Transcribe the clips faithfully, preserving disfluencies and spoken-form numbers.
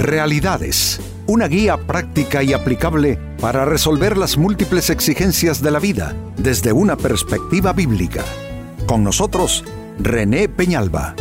Realidades, una guía práctica y aplicable para resolver las múltiples exigencias de la vida desde una perspectiva bíblica. Con nosotros, René Peñalba.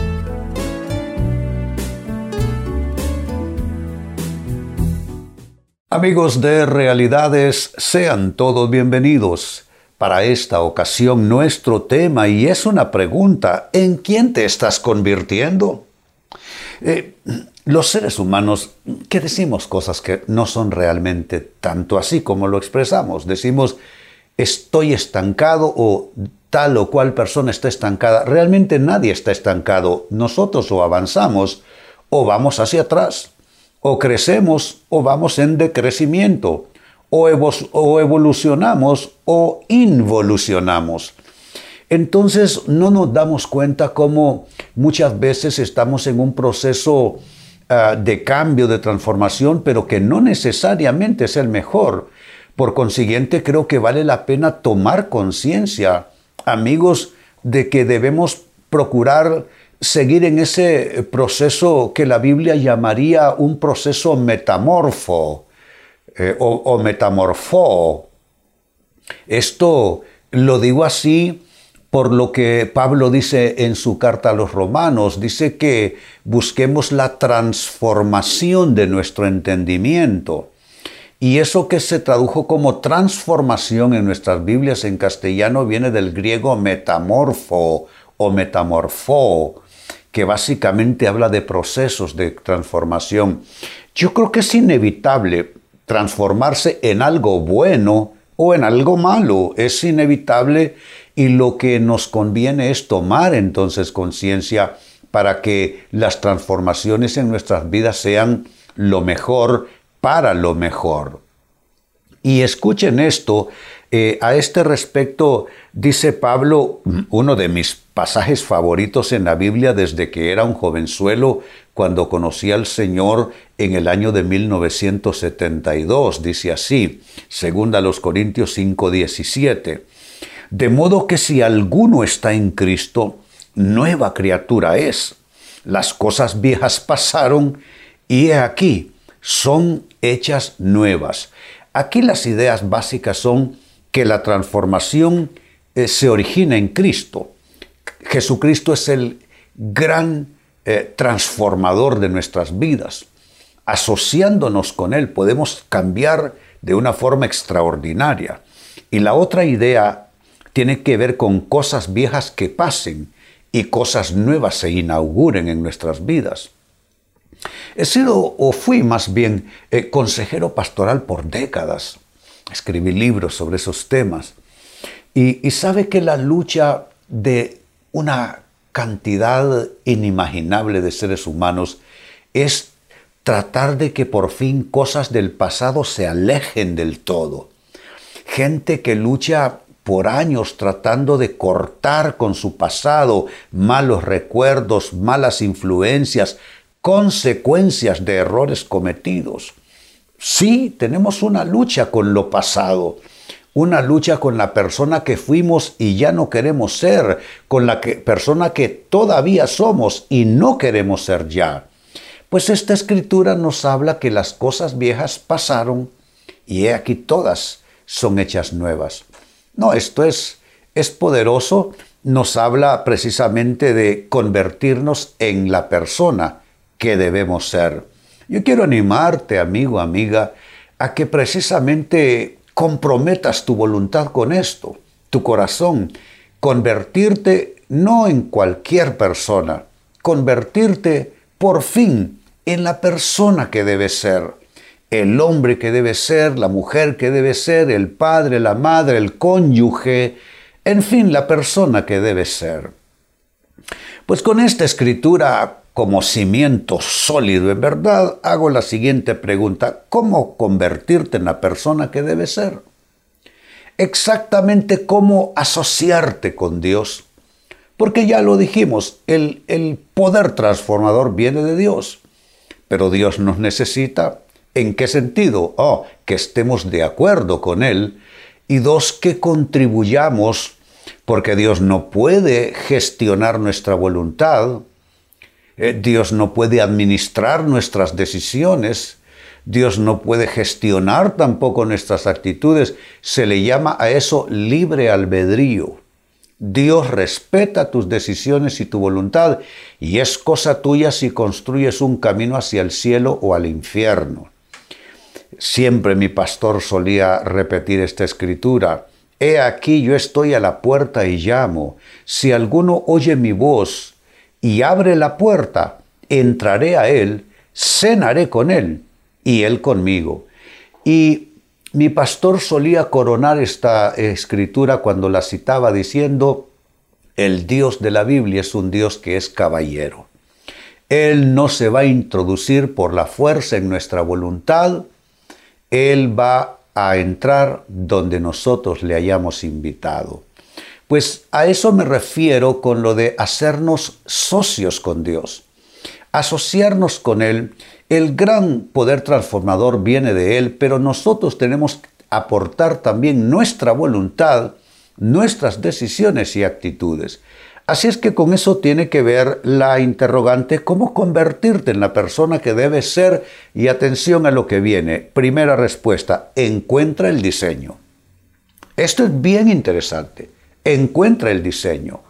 Amigos de Realidades, sean todos bienvenidos. Para esta ocasión nuestro tema, y es una pregunta, ¿en quién te estás convirtiendo? Eh, los seres humanos que decimos cosas que no son realmente tanto así como lo expresamos. Decimos, estoy estancado o tal o cual persona está estancada. Realmente nadie está estancado. Nosotros o avanzamos o vamos hacia atrás. O crecemos o vamos en decrecimiento. O, evo- o evolucionamos o involucionamos. Entonces no nos damos cuenta cómo muchas veces estamos en un proceso uh, de cambio, de transformación, pero que no necesariamente es el mejor. Por consiguiente, creo que vale la pena tomar conciencia, amigos, de que debemos procurar seguir en ese proceso que la Biblia llamaría un proceso metamorfo eh, o, o metamorfó. Esto lo digo así por lo que Pablo dice en su carta a los Romanos. Dice que busquemos la transformación de nuestro entendimiento. Y eso que se tradujo como transformación en nuestras Biblias en castellano viene del griego metamorfo o metamorfó, que básicamente habla de procesos de transformación. Yo creo que es inevitable transformarse en algo bueno o en algo malo. Es inevitable, y lo que nos conviene es tomar entonces conciencia para que las transformaciones en nuestras vidas sean lo mejor para lo mejor. Y escuchen esto, eh, a este respecto dice Pablo, uno de mis pasajes favoritos en la Biblia desde que era un jovenzuelo, cuando conocí al Señor en el año de mil novecientos setenta y dos, dice así, segunda a los Corintios cinco diecisiete, de modo que si alguno está en Cristo, nueva criatura es. Las cosas viejas pasaron y he aquí, son hechas nuevas. Aquí las ideas básicas son que la transformación eh, se origina en Cristo. Jesucristo es el gran eh, transformador de nuestras vidas. Asociándonos con Él podemos cambiar de una forma extraordinaria. Y la otra idea tiene que ver con cosas viejas que pasen y cosas nuevas se inauguren en nuestras vidas. He sido, o fui más bien, eh, consejero pastoral por décadas. Escribí libros sobre esos temas. Y, y sabe que la lucha de una cantidad inimaginable de seres humanos es tratar de que por fin cosas del pasado se alejen del todo. Gente que lucha por años tratando de cortar con su pasado malos recuerdos, malas influencias, consecuencias de errores cometidos. Sí, tenemos una lucha con lo pasado, una lucha con la persona que fuimos y ya no queremos ser, con la que, persona que todavía somos y no queremos ser ya. Pues esta escritura nos habla que las cosas viejas pasaron y he aquí todas son hechas nuevas. No, esto es, es poderoso, nos habla precisamente de convertirnos en la persona que debemos ser. Yo quiero animarte, amigo, amiga, a que precisamente comprometas tu voluntad con esto, tu corazón, convertirte no en cualquier persona, convertirte por fin en la persona que debes ser. El hombre que debe ser, la mujer que debe ser, el padre, la madre, el cónyuge, en fin, la persona que debe ser. Pues con esta escritura como cimiento sólido, en verdad, hago la siguiente pregunta: ¿cómo convertirte en la persona que debe ser? Exactamente cómo asociarte con Dios. Porque ya lo dijimos, el, el poder transformador viene de Dios. Pero Dios nos necesita. ¿En qué sentido? Oh, que estemos de acuerdo con Él. Y dos, que contribuyamos, porque Dios no puede gestionar nuestra voluntad Eh, Dios no puede administrar nuestras decisiones. Dios no puede gestionar tampoco nuestras actitudes. Se le llama a eso libre albedrío. Dios respeta tus decisiones y tu voluntad, y es cosa tuya si construyes un camino hacia el cielo o al infierno. Siempre mi pastor solía repetir esta escritura: He aquí yo estoy a la puerta y llamo. Si alguno oye mi voz y abre la puerta, entraré a él, cenaré con él y él conmigo. Y mi pastor solía coronar esta escritura cuando la citaba diciendo: el Dios de la Biblia es un Dios que es caballero. Él no se va a introducir por la fuerza en nuestra voluntad. Él va a entrar donde nosotros le hayamos invitado. Pues a eso me refiero con lo de hacernos socios con Dios. Asociarnos con Él. El gran poder transformador viene de Él, pero nosotros tenemos que aportar también nuestra voluntad, nuestras decisiones y actitudes. Así es que con eso tiene que ver la interrogante: ¿cómo convertirte en la persona que debes ser? Y atención a lo que viene. Primera respuesta: encuentra el diseño. Esto es bien interesante. Encuentra el diseño.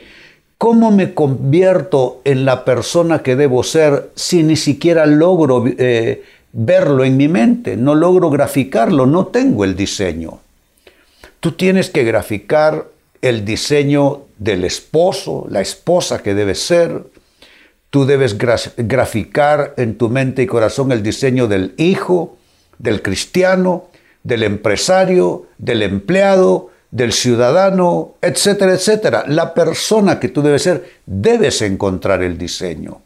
¿Cómo me convierto en la persona que debo ser si ni siquiera logro eh, verlo en mi mente? No logro graficarlo, no tengo el diseño. Tú tienes que graficar el diseño del esposo, la esposa que debes ser. Tú debes graficar en tu mente y corazón el diseño del hijo, del cristiano, del empresario, del empleado, del ciudadano, etcétera, etcétera. La persona que tú debes ser, debes encontrar el diseño.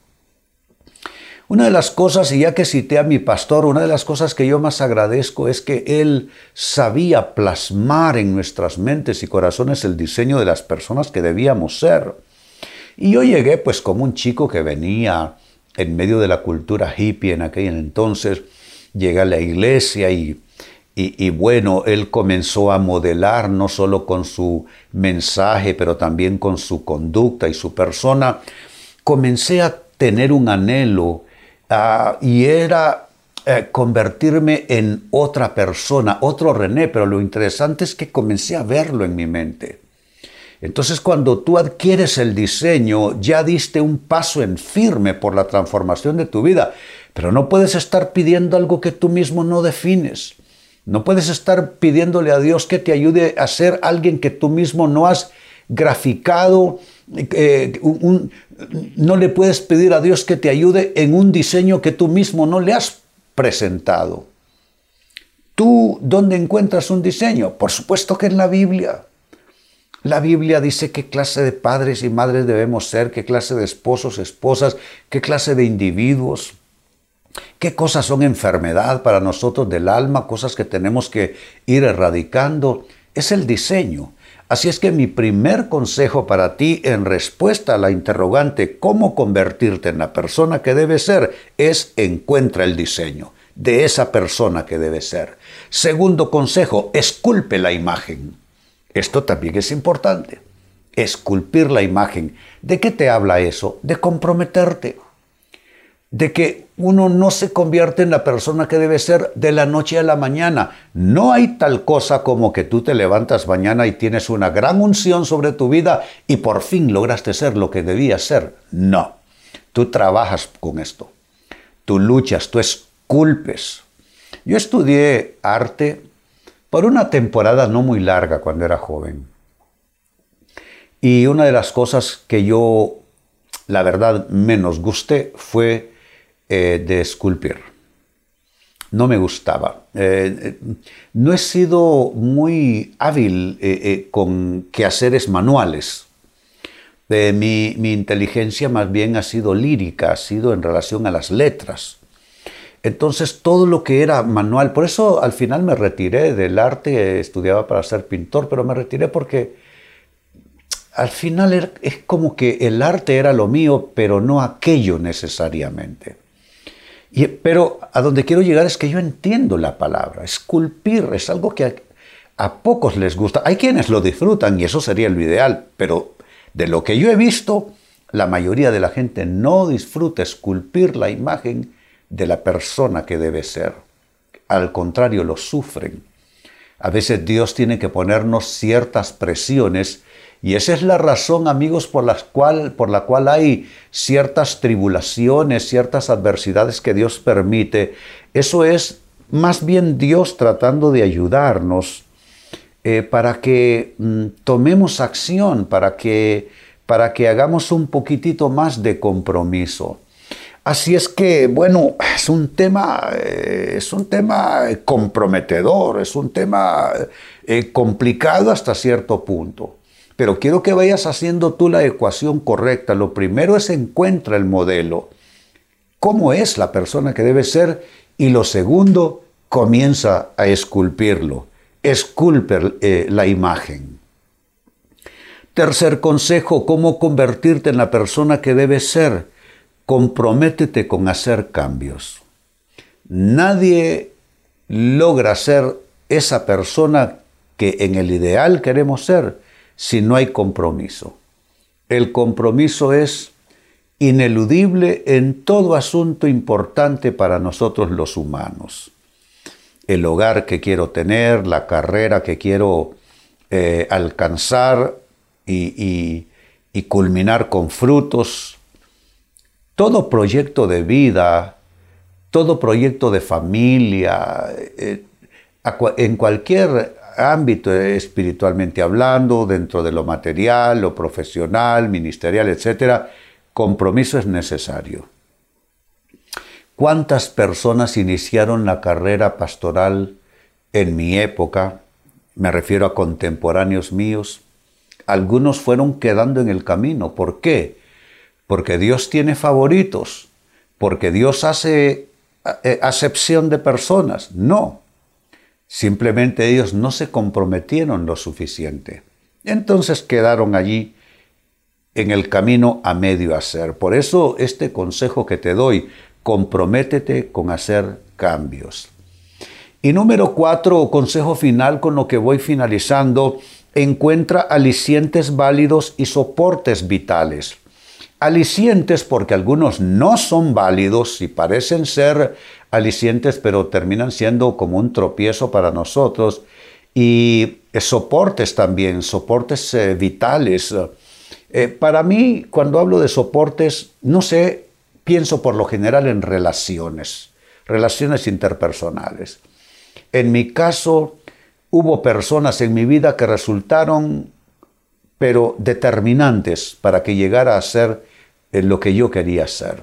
Una de las cosas, y ya que cité a mi pastor, una de las cosas que yo más agradezco es que él sabía plasmar en nuestras mentes y corazones el diseño de las personas que debíamos ser. Y yo llegué pues como un chico que venía en medio de la cultura hippie en aquel entonces. Llegué a la iglesia y Y, y bueno, él comenzó a modelar no solo con su mensaje, pero también con su conducta y su persona. Comencé a tener un anhelo uh, y era uh, convertirme en otra persona, otro René, pero lo interesante es que comencé a verlo en mi mente. Entonces, cuando tú adquieres el diseño, ya diste un paso en firme por la transformación de tu vida, pero no puedes estar pidiendo algo que tú mismo no defines. No puedes estar pidiéndole a Dios que te ayude a ser alguien que tú mismo no has graficado. Eh, un, no le puedes pedir a Dios que te ayude en un diseño que tú mismo no le has presentado. ¿Tú dónde encuentras un diseño? Por supuesto que en la Biblia. La Biblia dice qué clase de padres y madres debemos ser, qué clase de esposos, esposas, qué clase de individuos. ¿Qué cosas son enfermedad para nosotros del alma? Cosas que tenemos que ir erradicando. Es el diseño. Así es que mi primer consejo para ti en respuesta a la interrogante ¿cómo convertirte en la persona que debes ser? Es encuentra el diseño de esa persona que debes ser. Segundo consejo, esculpe la imagen. Esto también es importante. Esculpir la imagen. ¿De qué te habla eso? De comprometerte. De que uno no se convierte en la persona que debe ser de la noche a la mañana. No hay tal cosa como que tú te levantas mañana y tienes una gran unción sobre tu vida y por fin lograste ser lo que debías ser. No, tú trabajas con esto. Tú luchas, tú esculpes. Yo estudié arte por una temporada no muy larga cuando era joven. Y una de las cosas que yo, la verdad, menos gusté fue Eh, de esculpir. No me gustaba. Eh, no he sido muy hábil eh, eh, con quehaceres manuales. Eh, mi, mi inteligencia más bien ha sido lírica, ha sido en relación a las letras. Entonces todo lo que era manual, por eso al final me retiré del arte, estudiaba para ser pintor, pero me retiré porque al final era, es como que el arte era lo mío, pero no aquello necesariamente. Y, pero a donde quiero llegar es que yo entiendo la palabra. Esculpir es algo que a, a pocos les gusta. Hay quienes lo disfrutan y eso sería lo ideal, pero de lo que yo he visto, la mayoría de la gente no disfruta esculpir la imagen de la persona que debe ser. Al contrario, lo sufren. A veces Dios tiene que ponernos ciertas presiones y esa es la razón, amigos, por la cual, por la cual hay ciertas tribulaciones, ciertas adversidades que Dios permite. Eso es más bien Dios tratando de ayudarnos eh, para que mm, tomemos acción, para que, para que hagamos un poquitito más de compromiso. Así es que, bueno, es un tema, eh, es un tema comprometedor, es un tema eh, complicado hasta cierto punto. Pero quiero que vayas haciendo tú la ecuación correcta. Lo primero es encuentra el modelo. ¿Cómo es la persona que debe ser? Y lo segundo, comienza a esculpirlo. Esculpe eh, la imagen. Tercer consejo, ¿cómo convertirte en la persona que debes ser? Comprométete con hacer cambios. Nadie logra ser esa persona que en el ideal queremos ser si no hay compromiso. El compromiso es ineludible en todo asunto importante para nosotros los humanos. El hogar que quiero tener, la carrera que quiero eh, alcanzar y, y, y culminar con frutos. Todo proyecto de vida, todo proyecto de familia, eh, en cualquier ámbito espiritualmente hablando, dentro de lo material, lo profesional, ministerial, etcétera, compromiso es necesario. ¿Cuántas personas iniciaron la carrera pastoral en mi época? Me refiero a contemporáneos míos. Algunos fueron quedando en el camino. ¿Por qué? Porque Dios tiene favoritos, porque Dios hace acepción de personas. No, simplemente ellos no se comprometieron lo suficiente. Entonces quedaron allí en el camino a medio hacer. Por eso este consejo que te doy, comprométete con hacer cambios. Y número cuatro, consejo final con lo que voy finalizando, encuentra alicientes válidos y soportes vitales. Alicientes porque algunos no son válidos y parecen ser alicientes, pero terminan siendo como un tropiezo para nosotros. Y soportes también, soportes eh, vitales. Eh, para mí, cuando hablo de soportes, no sé, pienso por lo general en relaciones, relaciones interpersonales. En mi caso, hubo personas en mi vida que resultaron, pero determinantes para que llegara a ser en lo que yo quería ser.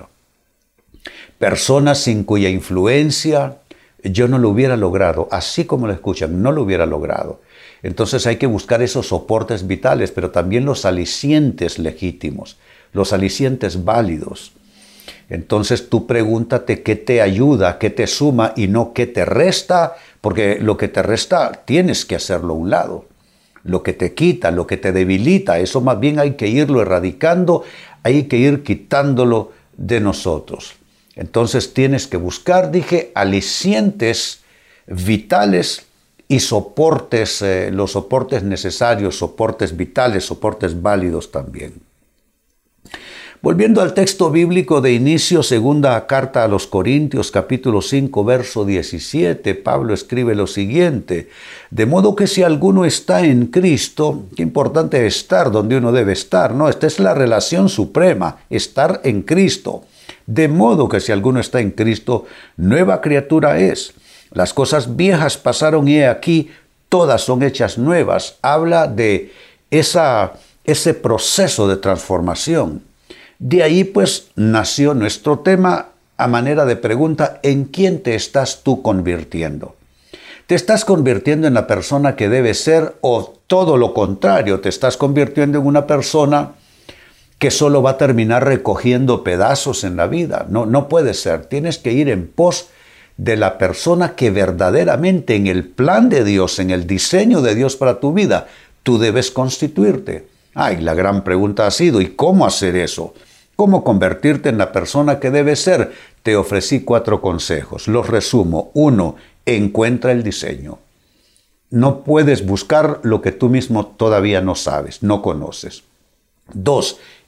Personas sin cuya influencia yo no lo hubiera logrado, así como lo escuchan, no lo hubiera logrado. Entonces hay que buscar esos soportes vitales, pero también los alicientes legítimos, los alicientes válidos. Entonces tú pregúntate qué te ayuda, qué te suma y no qué te resta, porque lo que te resta tienes que hacerlo a un lado. Lo que te quita, lo que te debilita, eso más bien hay que irlo erradicando, hay que ir quitándolo de nosotros. Entonces tienes que buscar, dije, alicientes vitales y soportes, eh, los soportes necesarios, soportes vitales, soportes válidos también. Volviendo al texto bíblico de inicio, segunda carta a los Corintios, capítulo cinco, verso diecisiete, Pablo escribe lo siguiente: de modo que si alguno está en Cristo, qué importante es estar donde uno debe estar, ¿no? Esta es la relación suprema, estar en Cristo. De modo que si alguno está en Cristo, nueva criatura es. Las cosas viejas pasaron y he aquí, todas son hechas nuevas. Habla de esa, ese proceso de transformación. De ahí pues nació nuestro tema a manera de pregunta: ¿en quién te estás tú convirtiendo? ¿Te estás convirtiendo en la persona que debes ser o todo lo contrario? ¿Te estás convirtiendo en una persona que solo va a terminar recogiendo pedazos en la vida? No, no puede ser. Tienes que ir en pos de la persona que verdaderamente en el plan de Dios, en el diseño de Dios para tu vida, tú debes constituirte. Ay, la gran pregunta ha sido: ¿y cómo hacer eso? ¿Cómo convertirte en la persona que debes ser? Te ofrecí cuatro consejos. Los resumo. Uno, encuentra el diseño. No puedes buscar lo que tú mismo todavía no sabes, no conoces. Dos,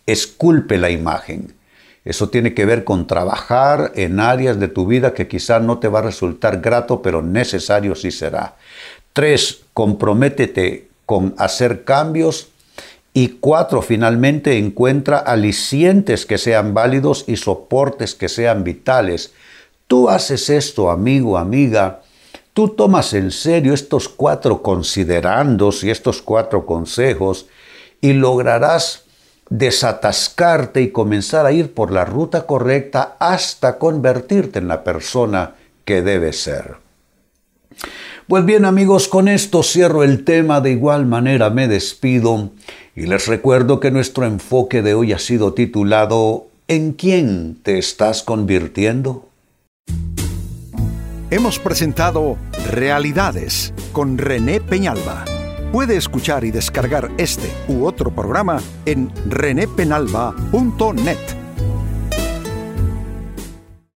esculpe la imagen. Eso tiene que ver con trabajar en áreas de tu vida que quizá no te va a resultar grato, pero necesario sí será. Tres, comprométete con hacer cambios. Y cuatro, finalmente, encuentra alicientes que sean válidos y soportes que sean vitales. Tú haces esto, amigo, amiga. Tú tomas en serio estos cuatro considerandos y estos cuatro consejos y lograrás desatascarte y comenzar a ir por la ruta correcta hasta convertirte en la persona que debes ser. Pues bien, amigos, con esto cierro el tema. De igual manera me despido y les recuerdo que nuestro enfoque de hoy ha sido titulado ¿En quién te estás convirtiendo? Hemos presentado Realidades con René Peñalba. Puede escuchar y descargar este u otro programa en rené penalba punto net.